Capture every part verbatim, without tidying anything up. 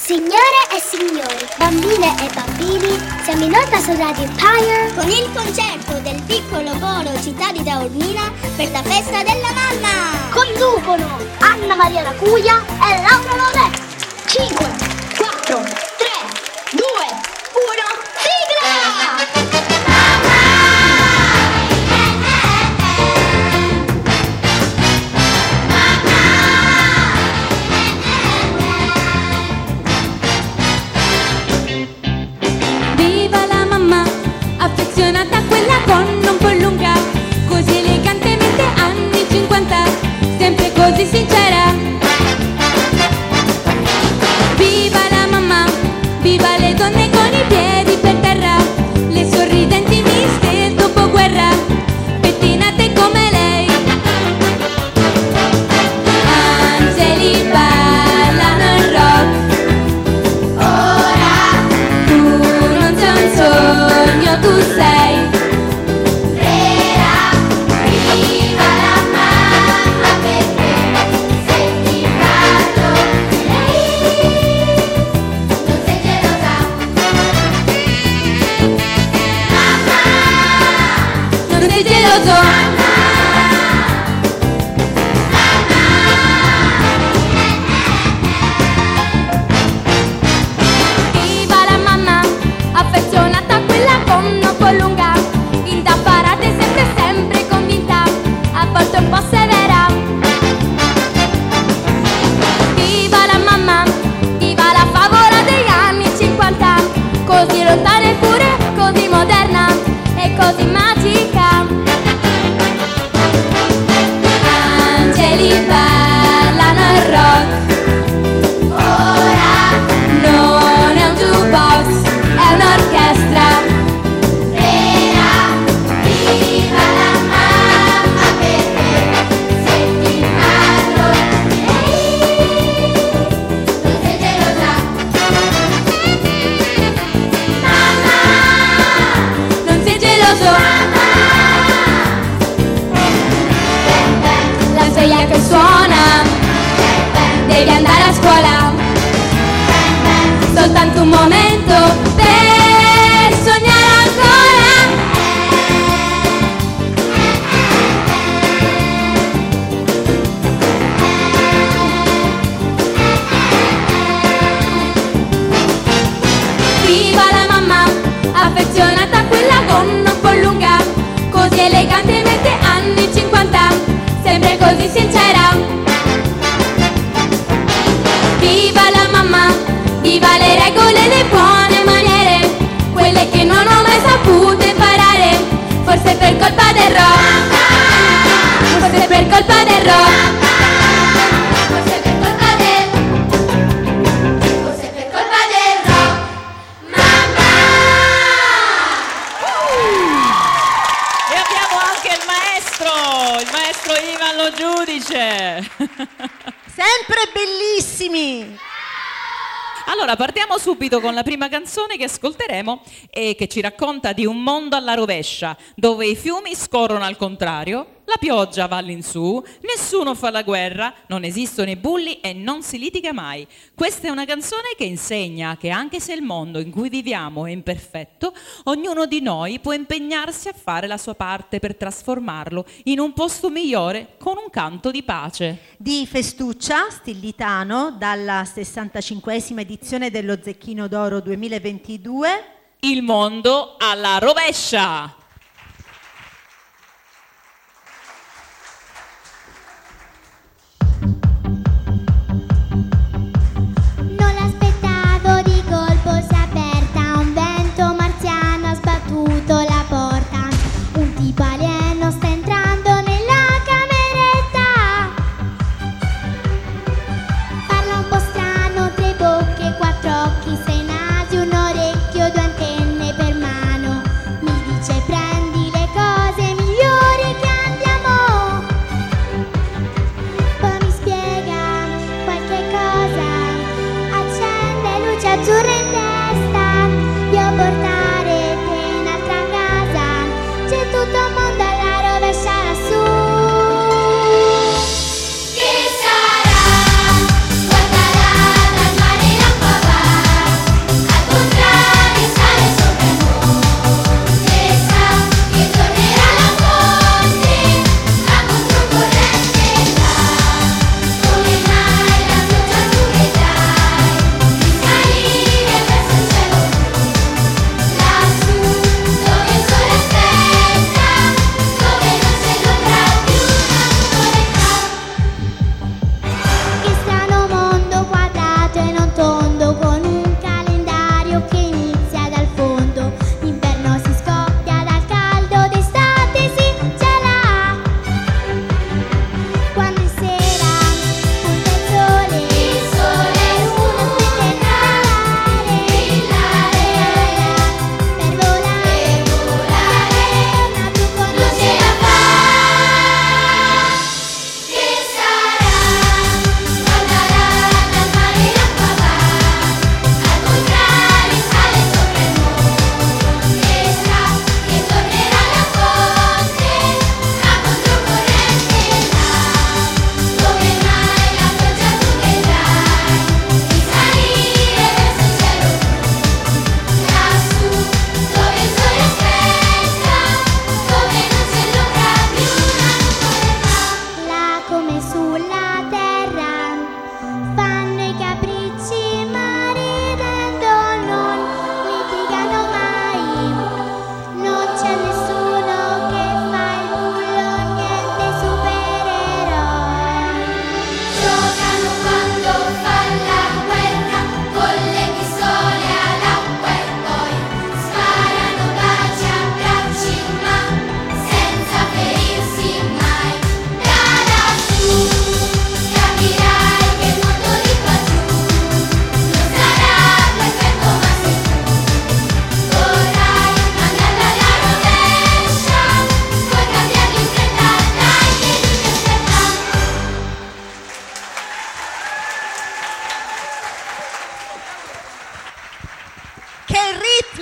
Signore e signori, bambine e bambini, siamo in onda su Radio Empire con il concerto del piccolo coro Città di Taormina per la festa della mamma. Conducono Anna Maria Racuia e Laura Loretti. cinque, quattro, tre, due, uno, sigla! Affezionata a quella gonna un po' lunga, così elegantemente anni cinquanta, sempre così sincera. Viva la mamma, viva le donne con i piedi per terra, le sorridenti viste del dopoguerra, pettinate come lei. Angeli ballano il rock, ora tu non sei un sogno, tu sei vera, viva la mamma, perché se ti parlo lei non sei gelosa. Mamma, non sei geloso. Viva la mamma, affezionata a quella gonna un po' lunga, indaffarata e sempre sempre convinta, a volte un po' severa. Viva la mamma, viva la favola degli anni cinquanta, così lontana eppure così moderna e così magica. Angeli ballano il rock, ora non è un jukebox, è un'orchestra. Vera, viva la mamma, perché se ti parlo lei non sei gelosa. Mamma, non sei geloso. La sveglia che suona, devi andare a scuola, soltanto un momento per sognare ancora. Viva la mamma, affezionata a quella gonna un po' lunga, così elegantemente anni cinquanta, sempre così sincera. Viva la mamma, viva le regole e le buone maniere, quelle che non ho mai saputo imparare, forse per colpa del rock, forse per colpa del rock, forse per colpa del, forse per colpa del rock. Mamma! E abbiamo anche il maestro, il maestro Ivan Lo Giudice. Sempre bellissimi! Allora, partiamo subito con la prima canzone che ascolteremo e che ci racconta di un mondo alla rovescia, dove i fiumi scorrono al contrario, la pioggia va all'insù, nessuno fa la guerra, non esistono i bulli e non si litiga mai. Questa è una canzone che insegna che anche se il mondo in cui viviamo è imperfetto, ognuno di noi può impegnarsi a fare la sua parte per trasformarlo in un posto migliore con un canto di pace. Di Festuccia Stillitano, dalla sessantacinquesima edizione dello Zecchino d'Oro duemilaventidue. Il mondo alla rovescia. Non l'aspettavo, di colpo si è aperta, un vento marziano ha sbattuto la porta, un tipo alieno sta entrando nella cameretta, parla un po' strano, tre bocche, quattro occhi, sei nasi, un orecchio, due antenne per mano, mi dice prendi le cose migliori che abbiamo, poi mi spiega qualche cosa, accende luce azzurra in testa, io portare te in un'altra casa, c'è tutto un mondo alla rovescia lassù. Chi sarà? Guardarà dal mare in acqua va.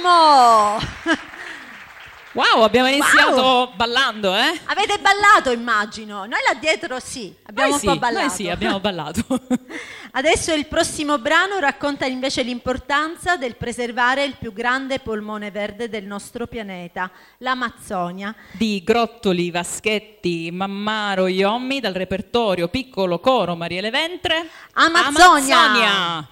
Fermo! Wow, abbiamo iniziato Wow. ballando, eh? Avete ballato, immagino. Noi là dietro sì, abbiamo Noi un po' sì, ballato. noi sì, abbiamo ballato. Adesso il prossimo brano racconta invece l'importanza del preservare il più grande polmone verde del nostro pianeta, l'Amazzonia. Di Grottoli, Vaschetti, Mammaro, Iommi, dal repertorio Piccolo Coro Mariele Ventre. Amazzonia! Amazzonia!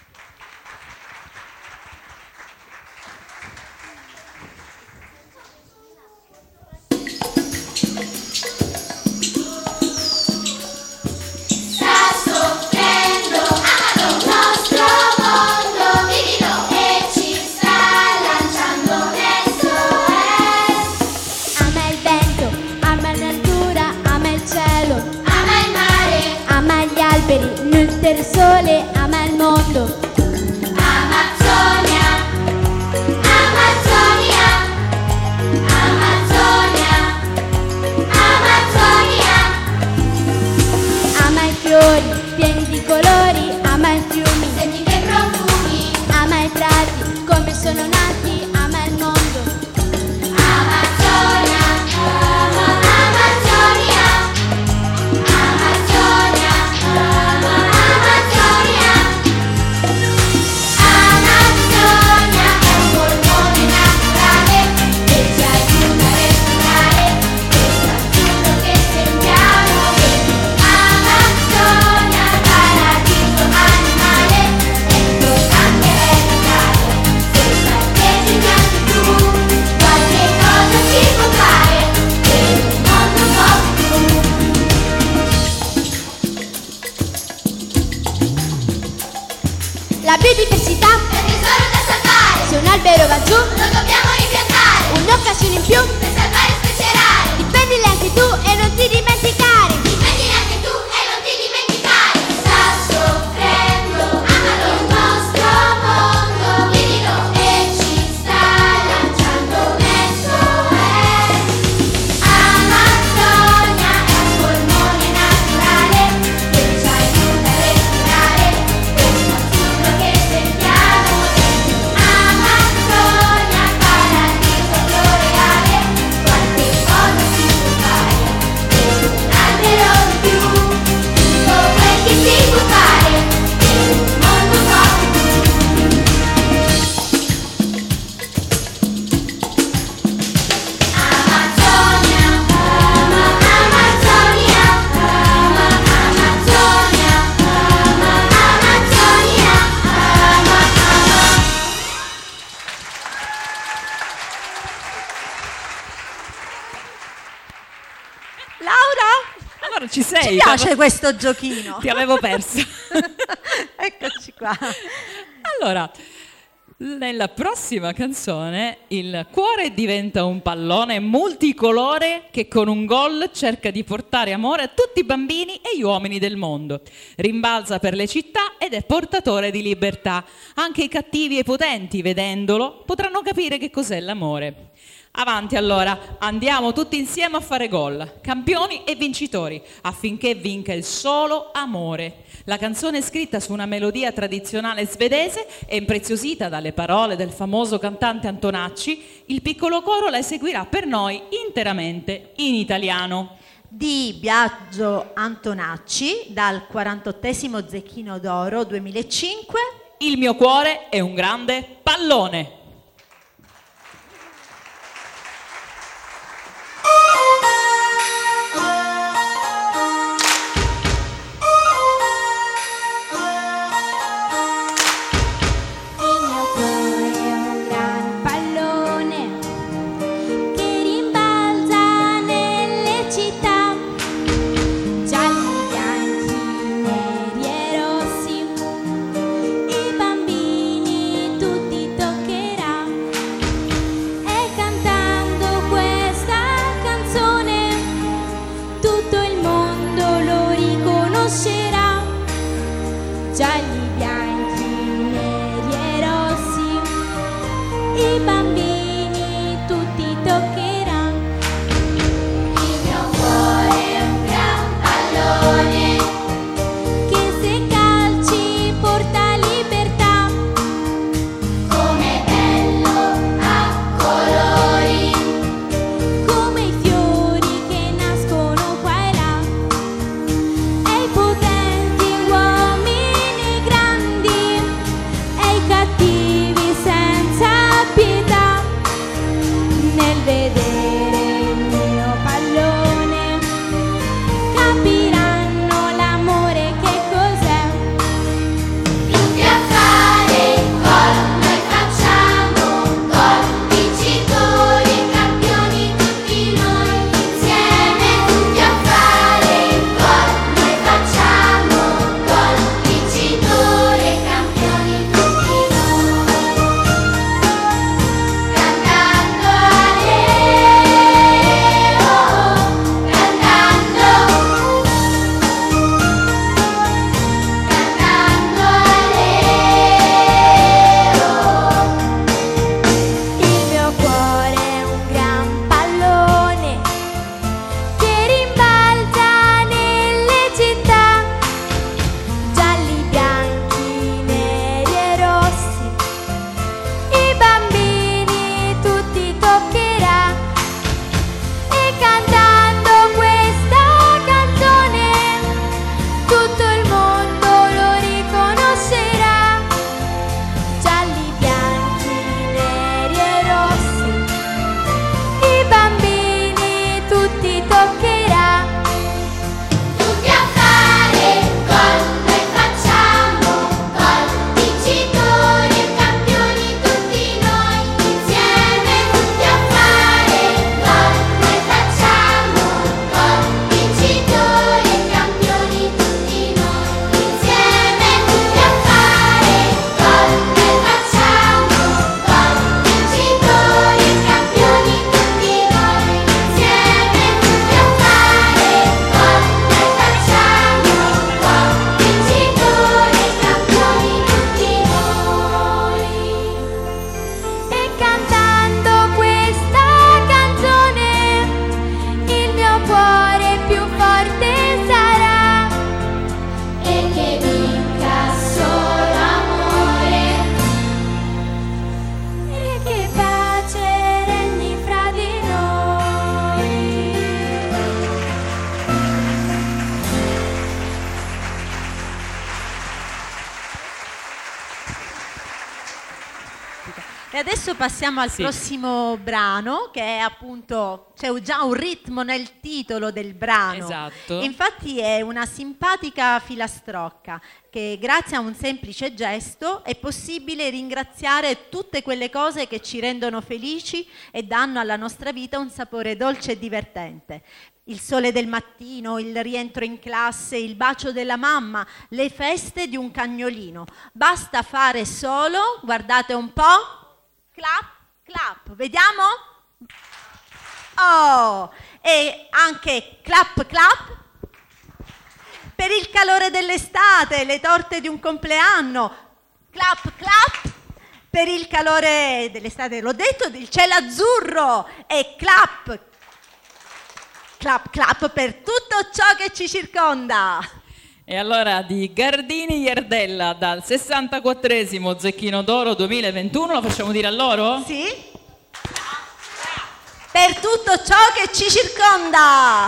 Il sole ama il mondo. Amazzonia, Amazzonia, Amazzonia, Amazzonia. Ama i fiori pieni di colori, ama i fiumi segni dei profumi, ama i prati come sono nati, ama il mondo. Amazzonia, ama, Amazzonia, Amazzonia, ama. La biodiversità è un tesoro da salvare. Se un albero va giù, lo dobbiamo ripiantare. Un'occasione in più per salvare specie rare. Difendile anche tu e non ti dimenticare. Difendile anche tu e non ti dimenticare. Sta soffrendo, amalo il nostro mondo. Vivilo e ci sta lanciando verso est. Amazzonia è un polmone naturale che ci aiuta a respirare. Che sentiamo dentro Amazzonia, paradiso floreale, qualche cosa si può fare per un albero di più, tutto quel che si può fare per un mondo un po' più blu. Amazzonia, ama Amazzonia, ama Amazzonia, ama Amazzonia, ama, ama. Laura, Allora ci sei? ci piace questo giochino? Ti avevo persa. Eccoci qua. Allora, nella prossima canzone il cuore diventa un pallone multicolore che con un gol cerca di portare amore a tutti i bambini e gli uomini del mondo. Rimbalza per le città ed è portatore di libertà. Anche i cattivi e i potenti, vedendolo, potranno capire che cos'è l'amore. Avanti allora, andiamo tutti insieme a fare gol, campioni e vincitori, affinché vinca il solo amore. La canzone è scritta su una melodia tradizionale svedese e impreziosita dalle parole del famoso cantante Antonacci. Il piccolo coro la eseguirà per noi interamente in italiano. Di Biagio Antonacci, dal quarantottesimo Zecchino d'Oro duemilacinque. Il mio cuore è un grande pallone. gialli, bianchi, neri e rossi, i bambini tutti toccherà. Il mio cuore è un gran pallone che se calci porta libertà. Com'è bello E adesso passiamo al Sì. prossimo brano, che è appunto, c'è già un ritmo nel titolo del brano. Esatto. Infatti è una simpatica filastrocca che grazie a un semplice gesto è possibile ringraziare tutte quelle cose che ci rendono felici e danno alla nostra vita un sapore dolce e divertente. Il sole del mattino, il rientro in classe, il bacio della mamma, le feste di un cagnolino. Basta fare solo, guardate un po', clap, clap, vediamo? Oh, e anche clap, clap per il calore dell'estate, le torte di un compleanno, clap, clap per il calore dell'estate, l'ho detto, il cielo azzurro e clap, clap, clap per tutto ciò che ci circonda. E allora di Gardini Iardella dal sessantaquattresimo Zecchino d'Oro duemilaventuno, lo facciamo dire a loro? Sì? Per tutto ciò che ci circonda.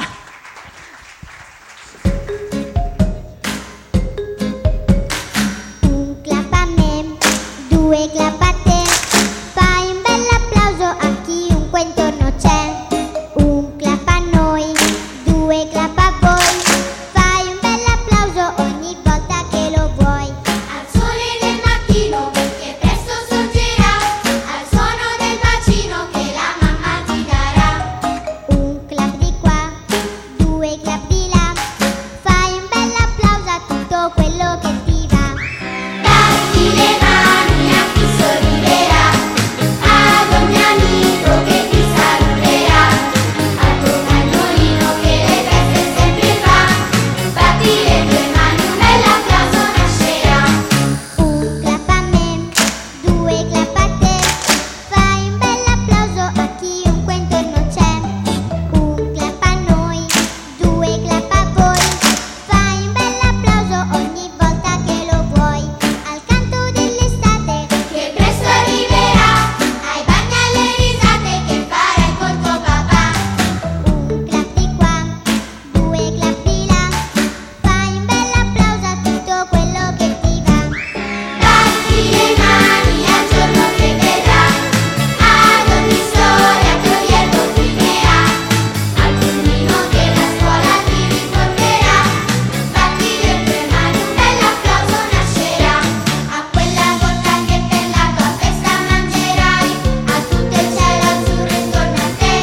Un clap a me, due clap a te, fai un bel applauso a chiunque intorno c'è. Un clap a noi, due clap a voi, fai un bel applauso ogni volta che lo vuoi. Al sole del mattino che presto sorgerà, al suono del bacino che la mamma ti darà. Un clap di qua, due clap di là, fai un bel applauso a tutto quello che ti va. Datti le mani a chi sorriderà, ad ogni amico che ti saluterà, al tuo cagnolino che le feste sempre fa. Batti le tue mani, un bel applauso nascerà. Un clap a me, due clap a te, fai un bel applauso a chiunque intorno c'è. Un clap a noi, due clap a voi, fai un bel applauso ogni volta che lo vuoi. Al canto dell'estate, Che presto arriverà, ai bagni e alle risate che farai con tuo papà. un clap di qua, due clap di là, fai un bel applauso a tutto quello che ti va. Batti le mani al giorno che verrà, ad ogni storia che Oviedo scriverà, al bambino che la scuola ti ricorderà. Batti le tue mani, un bel applauso nascerà. A quella volta che per la tua festa mangerai, a tutto il cielo azzurro intorno a te.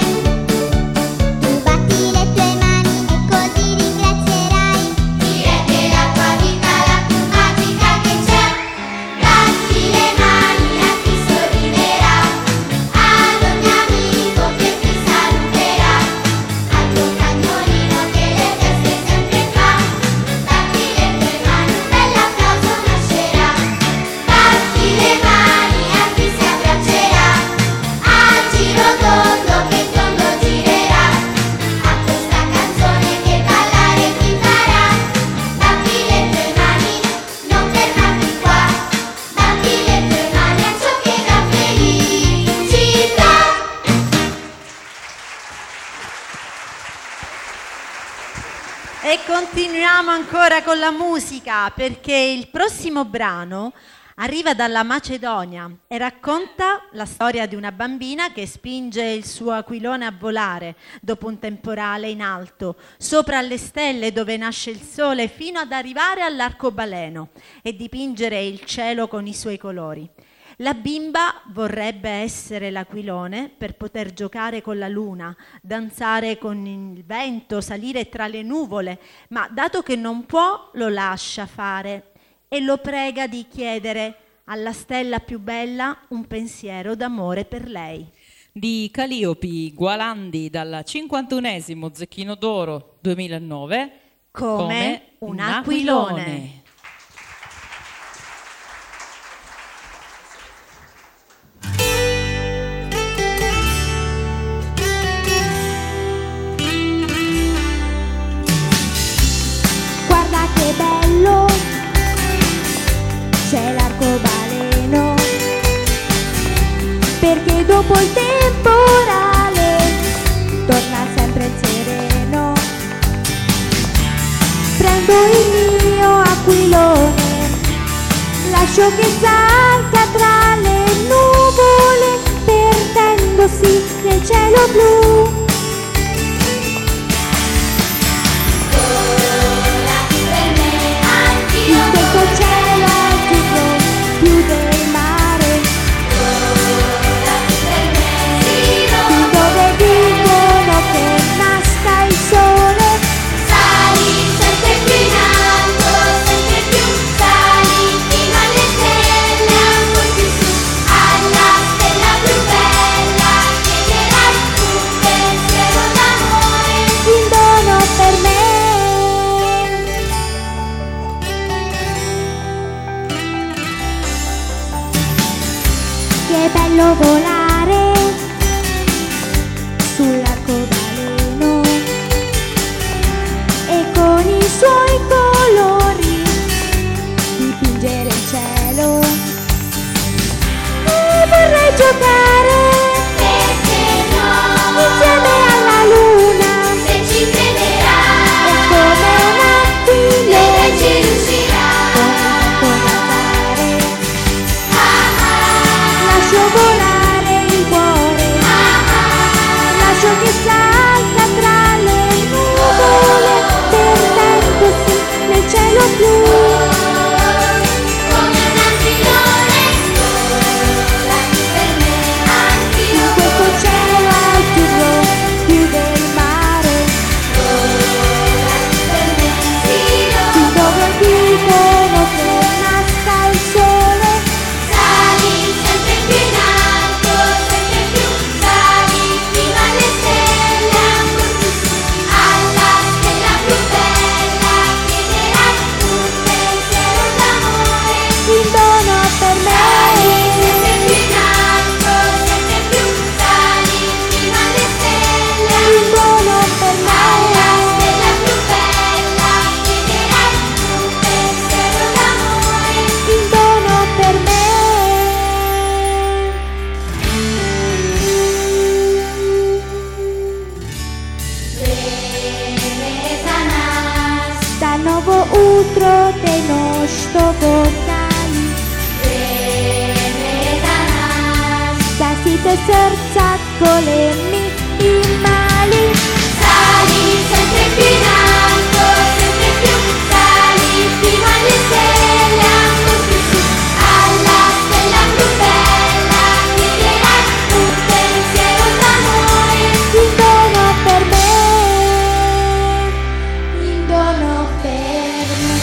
Tu batti le tue mani e così ringrazierai. Ti rende la tua vita la più magica che c'è. Batti le mani a chi sorriderà, ad ogni amico che ti saluterà, al tuo cagnolino che le feste sempre fa. Batti le tue mani, un bel applauso nascerà. Batti le mani a chi si abbraccerà, al giro tondo che il tondo girerà, a questa canzone che ballare ti farà. Batti le tue mani, non fermarti qua, batti le tue mani a ciò che dà felicità. E continuiamo ancora con la musica, perché il prossimo brano arriva dalla Macedonia e racconta la storia di una bambina che spinge il suo aquilone a volare dopo un temporale in alto, sopra le stelle dove nasce il sole, fino ad arrivare all'arcobaleno e dipingere il cielo con i suoi colori. La bimba vorrebbe essere l'aquilone per poter giocare con la luna, danzare con il vento, salire tra le nuvole, ma dato che non può, lo lascia fare e lo prega di chiedere alla stella più bella un pensiero d'amore per lei. Di Caliopi Gualandi dal cinquantunesimo Zecchino d'Oro duemilanove, Come un aquilone. Guarda che bello, c'è l'arcobaleno, perché dopo il temporale torna sempre sereno. Prendo il mio aquilone, lascio che salga tra le nuvole più del mare. Qui dove dicono che nasca il sole. Sali sempre più in alto, sempre più sali fino alle stelle, ancora più su, alla stella più bella, chiederai un pensiero d'amore, Un dono per me. Che bello volare sull'arcobaleno e con i suoi colori dipingere il cielo. E vorrei giocare perché no? insieme alla luna Se ci crederai, e come un aquilone ci riuscirai. volare. Ah ah, Lascio volare il cuore, lascio che salta tra le nuvole, perdendosi nel cielo blu. come un aquilone vola per me In anch'io. questo cielo azzurro più del mare, qui dove dicono che nasca il sole. Sali sempre più in alto, sempre più sali fino alle stelle, ancora più su, alla stella più bella, chiederai un pensiero d'amore. Il dono per me. Sempre più in alto, sempre più sali fino alle stelle, Il dono per alla me. stella più bella, chiederai un pensiero d'amore. Il dono per me. Teresa nas, Dal novo utro dei nosto vocali, Teresa nas. da sito serca golemi i mali. Sali sempre più in alto, sempre più sali fino alle stelle, ancora più su, alla stella più bella, chiederai un pensiero d'amore. Il dono per me. Il dono per me.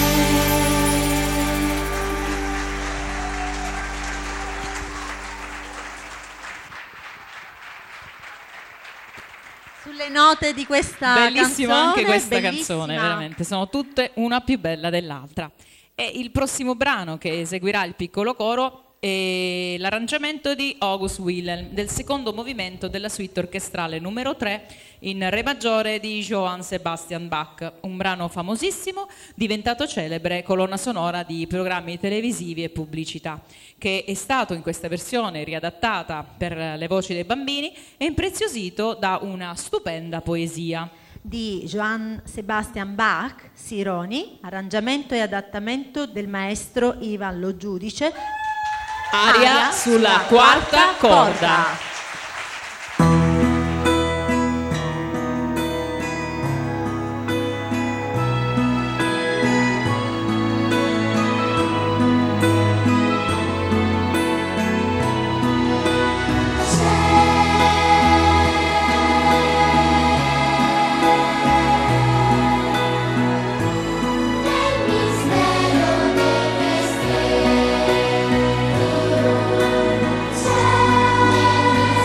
Sulle note di questa Bellissima canzone, anche questa bellissima. canzone, veramente, sono tutte una più bella dell'altra. E il prossimo brano che eseguirà il piccolo coro è l'arrangiamento di August Wilhelm del secondo movimento della suite orchestrale numero tre in Re maggiore di Johann Sebastian Bach, un brano famosissimo diventato celebre colonna sonora di programmi televisivi e pubblicità, che è stato in questa versione riadattata per le voci dei bambini e impreziosito da una stupenda poesia. Di Johann Sebastian Bach, Sironi, arrangiamento e adattamento del maestro Ivan Lo Giudice. Aria sulla quarta corda. C'è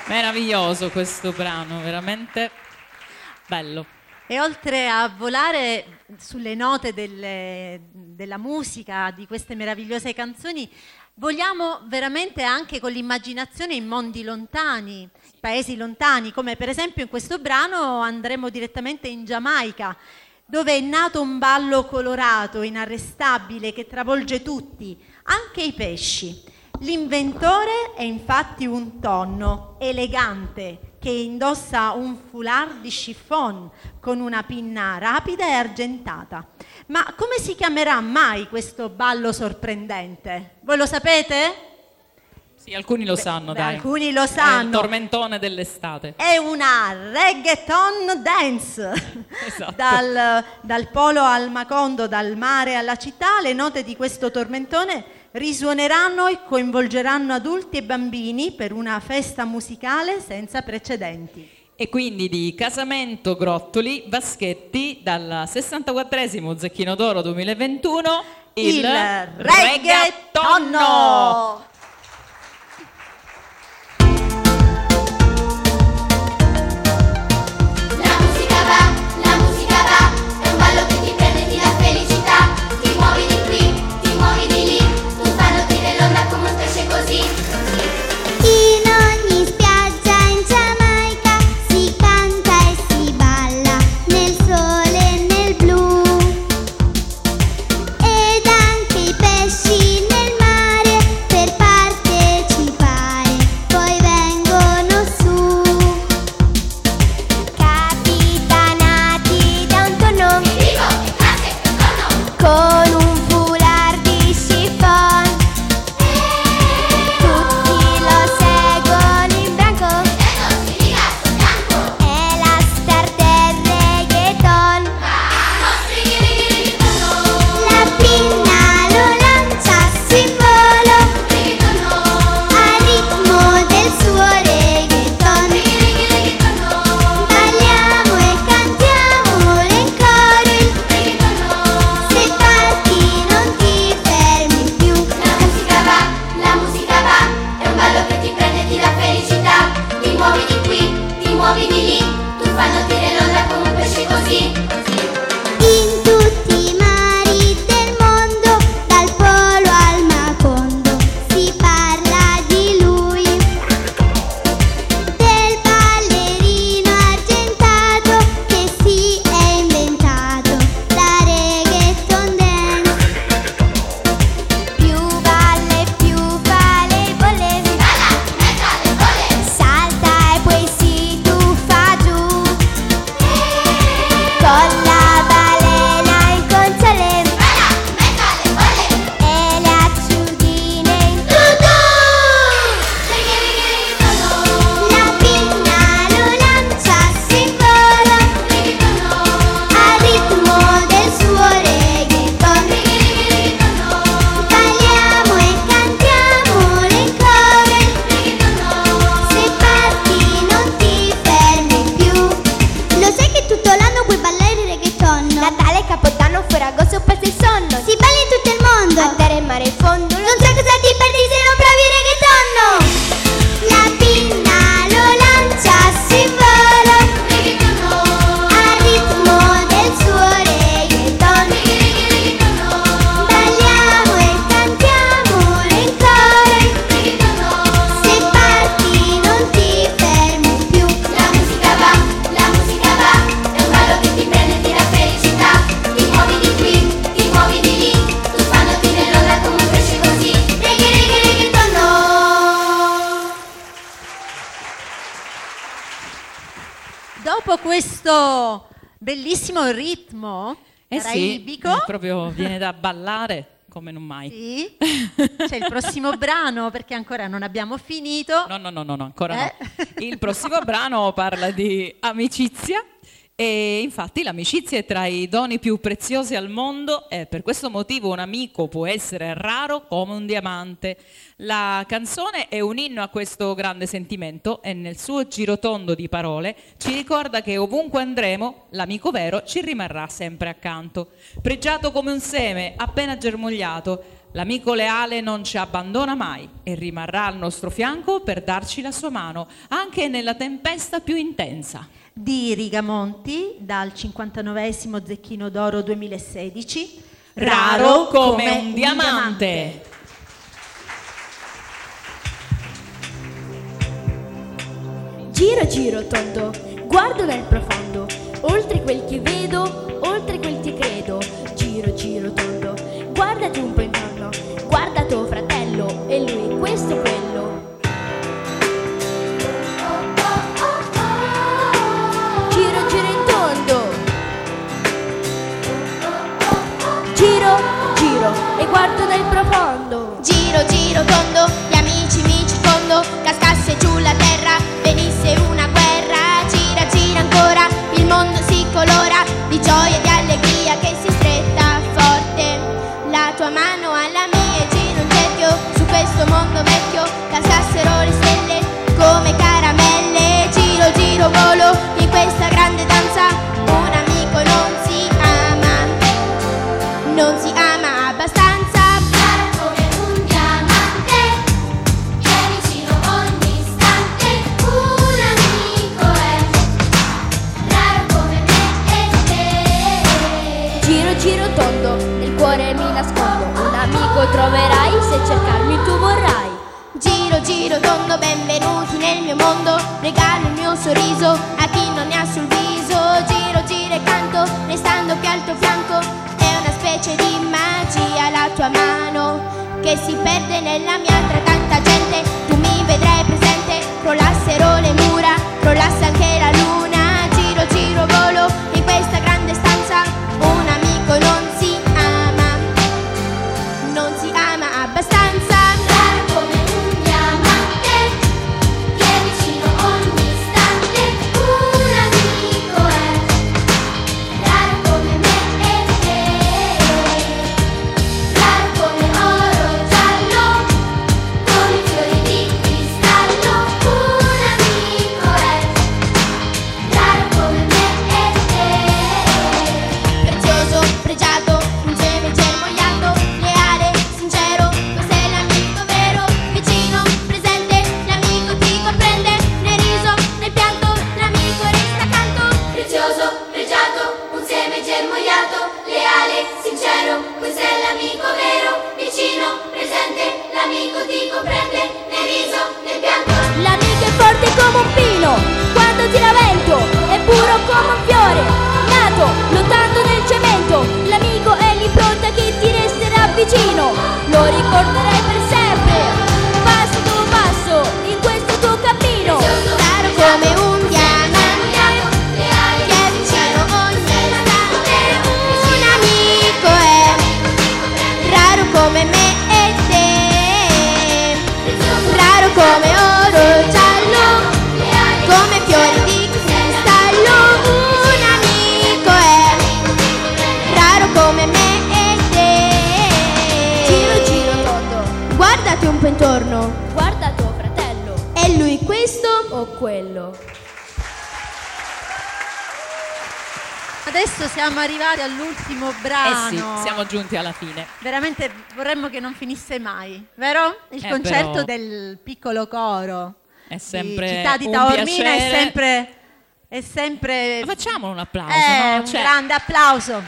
Meraviglioso questo brano, veramente bello. E oltre a volare sulle note delle, della musica, di queste meravigliose canzoni, vogliamo veramente anche con l'immaginazione in mondi lontani, paesi lontani, come per esempio in questo brano andremo direttamente in Giamaica, dove è nato un ballo colorato, inarrestabile, che travolge tutti, anche i pesci. L'inventore è infatti un tonno elegante che indossa un foulard di chiffon con una pinna rapida e argentata. Ma come si chiamerà mai questo ballo sorprendente? Voi lo sapete? Sì, alcuni lo sanno, Beh, dai. Alcuni lo sanno. È il tormentone dell'estate. È una reggaeton dance. Esatto. Dal, dal polo al Macondo, dal mare alla città, le note di questo tormentone risuoneranno e coinvolgeranno adulti e bambini per una festa musicale senza precedenti. E quindi di Casamento Grottoli Vaschetti, dal sessantaquattresimo Zecchino d'Oro duemilaventuno, il, il reggaeton. reggaeton. Dopo questo bellissimo ritmo eh caraibico, sì, eh, proprio viene da ballare come non mai. Sì. C'è il prossimo brano, perché ancora non abbiamo finito. No, no, no, no, no ancora eh? no. Il prossimo brano parla di amicizia. E infatti l'amicizia è tra i doni più preziosi al mondo e per questo motivo un amico può essere raro come un diamante. La canzone è un inno a questo grande sentimento e nel suo girotondo di parole ci ricorda che ovunque andremo l'amico vero ci rimarrà sempre accanto. Pregiato come un seme appena germogliato, L'amico leale non ci abbandona mai e rimarrà al nostro fianco per darci la sua mano, anche nella tempesta più intensa. Di Rigamonti, dal cinquantanovesimo Zecchino d'Oro duemilasedici, Raro come, come un diamante. Giro giro tondo, guardo nel profondo, oltre quel che vedo, oltre quel che credo. Giro giro tondo, guardati un po' intorno, guarda tuo fratello, e lui questo quello. Giro giro in tondo, giro giro e guardo nel profondo. Giro giro tondo, gli amici mi circondo, cascasse giù la terra, venisse una guerra. Gira gira ancora, il mondo si colora di gioia e di allegria che si stretta forte. La tua mano alla mia e gira un cerchio su questo mondo vecchio, cascassero le stelle come caramelle. Giro giro volo in questa grande danza, un amico non si ama, non si ama abbastanza. Giro tondo, nel cuore mi nascondo, un amico troverai se cercarmi tu vorrai. Giro giro tondo, benvenuti nel mio mondo, regalo il mio sorriso a chi non ne ha sul viso. Giro giro e canto, restando qui al tuo fianco, è una specie di magia la tua mano che si perde nella mia tra tanta gente. Tu mi vedrai presente, crollassero le mura, crollasse anche la luna. Giro giro volo in questa grande stanza, un amico non si ama, non si ama abbastanza. Raro come un diamante, che è vicino ogni istante, un amico è, raro come me e te, raro come oro giallo, come fiori di cristallo, un amico è, raro come me e te. Prezioso, pregiato, un geme germogliato, leale, sincero, questo è l'amico vero, vicino, presente, l'amico ti comprende, nel riso, nel pianto, l'amico resta accanto. Prezioso, pregiato, un seme germogliato, leale, sincero, questo è l'amico vero, vicino, presente, l'amico ti comprende, nel riso, nel pianto. L'amico è forte come un pino, quando tira vento, è puro come un fiore, nato, lottando nel cemento. L'amico è l'impronta che ti resterà vicino, lo ricorderai per sempre, passo dopo passo, in questo tuo cammino. Raro come un diamante, che è vicino ogni istante, un amico è, raro come me e te, raro come oro giallo, come fiori di cristallo, un amico è, raro come me e te. Giro giro tondo, Guardati un po' intorno, guarda tuo fratello, è lui questo? o quello. Adesso siamo arrivati all'ultimo Eh brano. sì, siamo giunti alla fine. Veramente vorremmo che non finisse mai, vero? Il Eh, concerto però- del piccolo coro È di sempre Città di un Taormina, è piacere. sempre è sempre Ma facciamo un applauso, eh, no? un Cioè, grande applauso.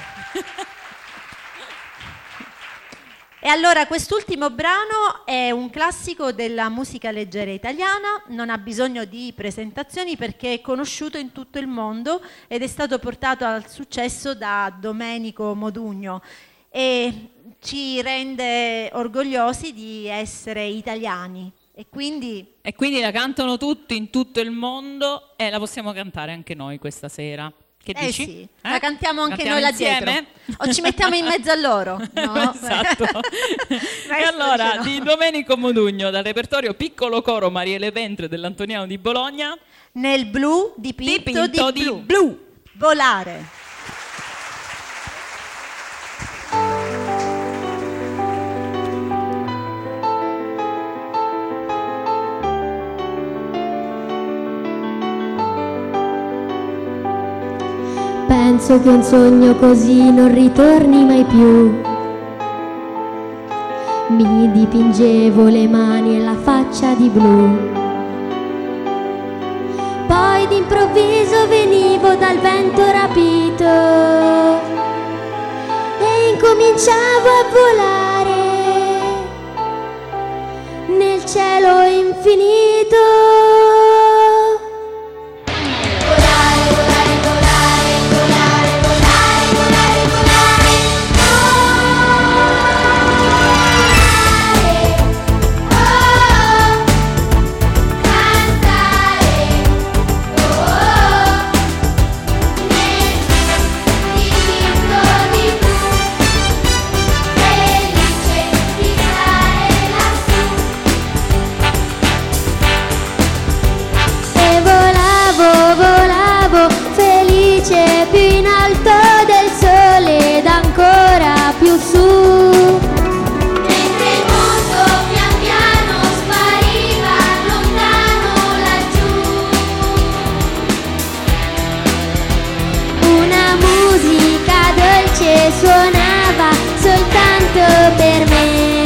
E allora quest'ultimo brano è un classico della musica leggera italiana, non ha bisogno di presentazioni perché è conosciuto in tutto il mondo ed è stato portato al successo da Domenico Modugno e ci rende orgogliosi di essere italiani e quindi E quindi la cantano tutti in tutto il mondo e la possiamo cantare anche noi questa sera. Che eh dici? sì, Eh? la cantiamo anche Cantiamo noi là insieme? dietro o ci mettiamo in mezzo a loro, no? Esatto. E Questo allora, dice no. di Domenico Modugno, dal repertorio Piccolo Coro Mariele Ventre dell'Antoniano di Bologna, Nel blu dipinto, dipinto di, di blu. blu. Volare. Penso che un sogno così non ritorni mai più. mi dipingevo le mani e la faccia di blu. Poi d'improvviso venivo dal vento rapito e incominciavo a volare nel cielo infinito. Più in alto del sole ed ancora più su, mentre il mondo pian piano spariva lontano laggiù. Una musica dolce suonava soltanto per me.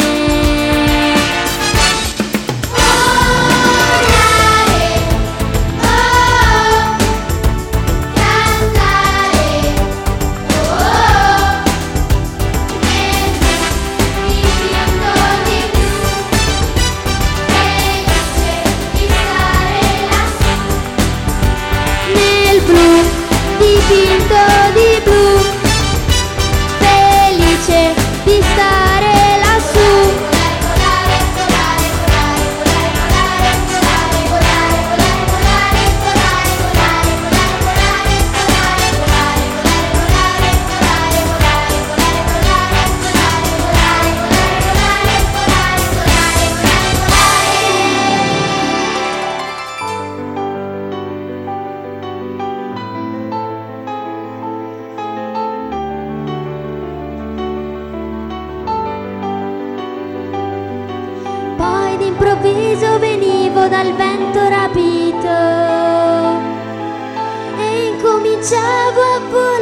Dipinto di blu, felice di stare lassù. Volare, volare, volare, volare, volare, volare, volare, volare, volare, volare, volare, volare, volare, volare, d'improvviso venivo dal vento rapito e incominciavo a volare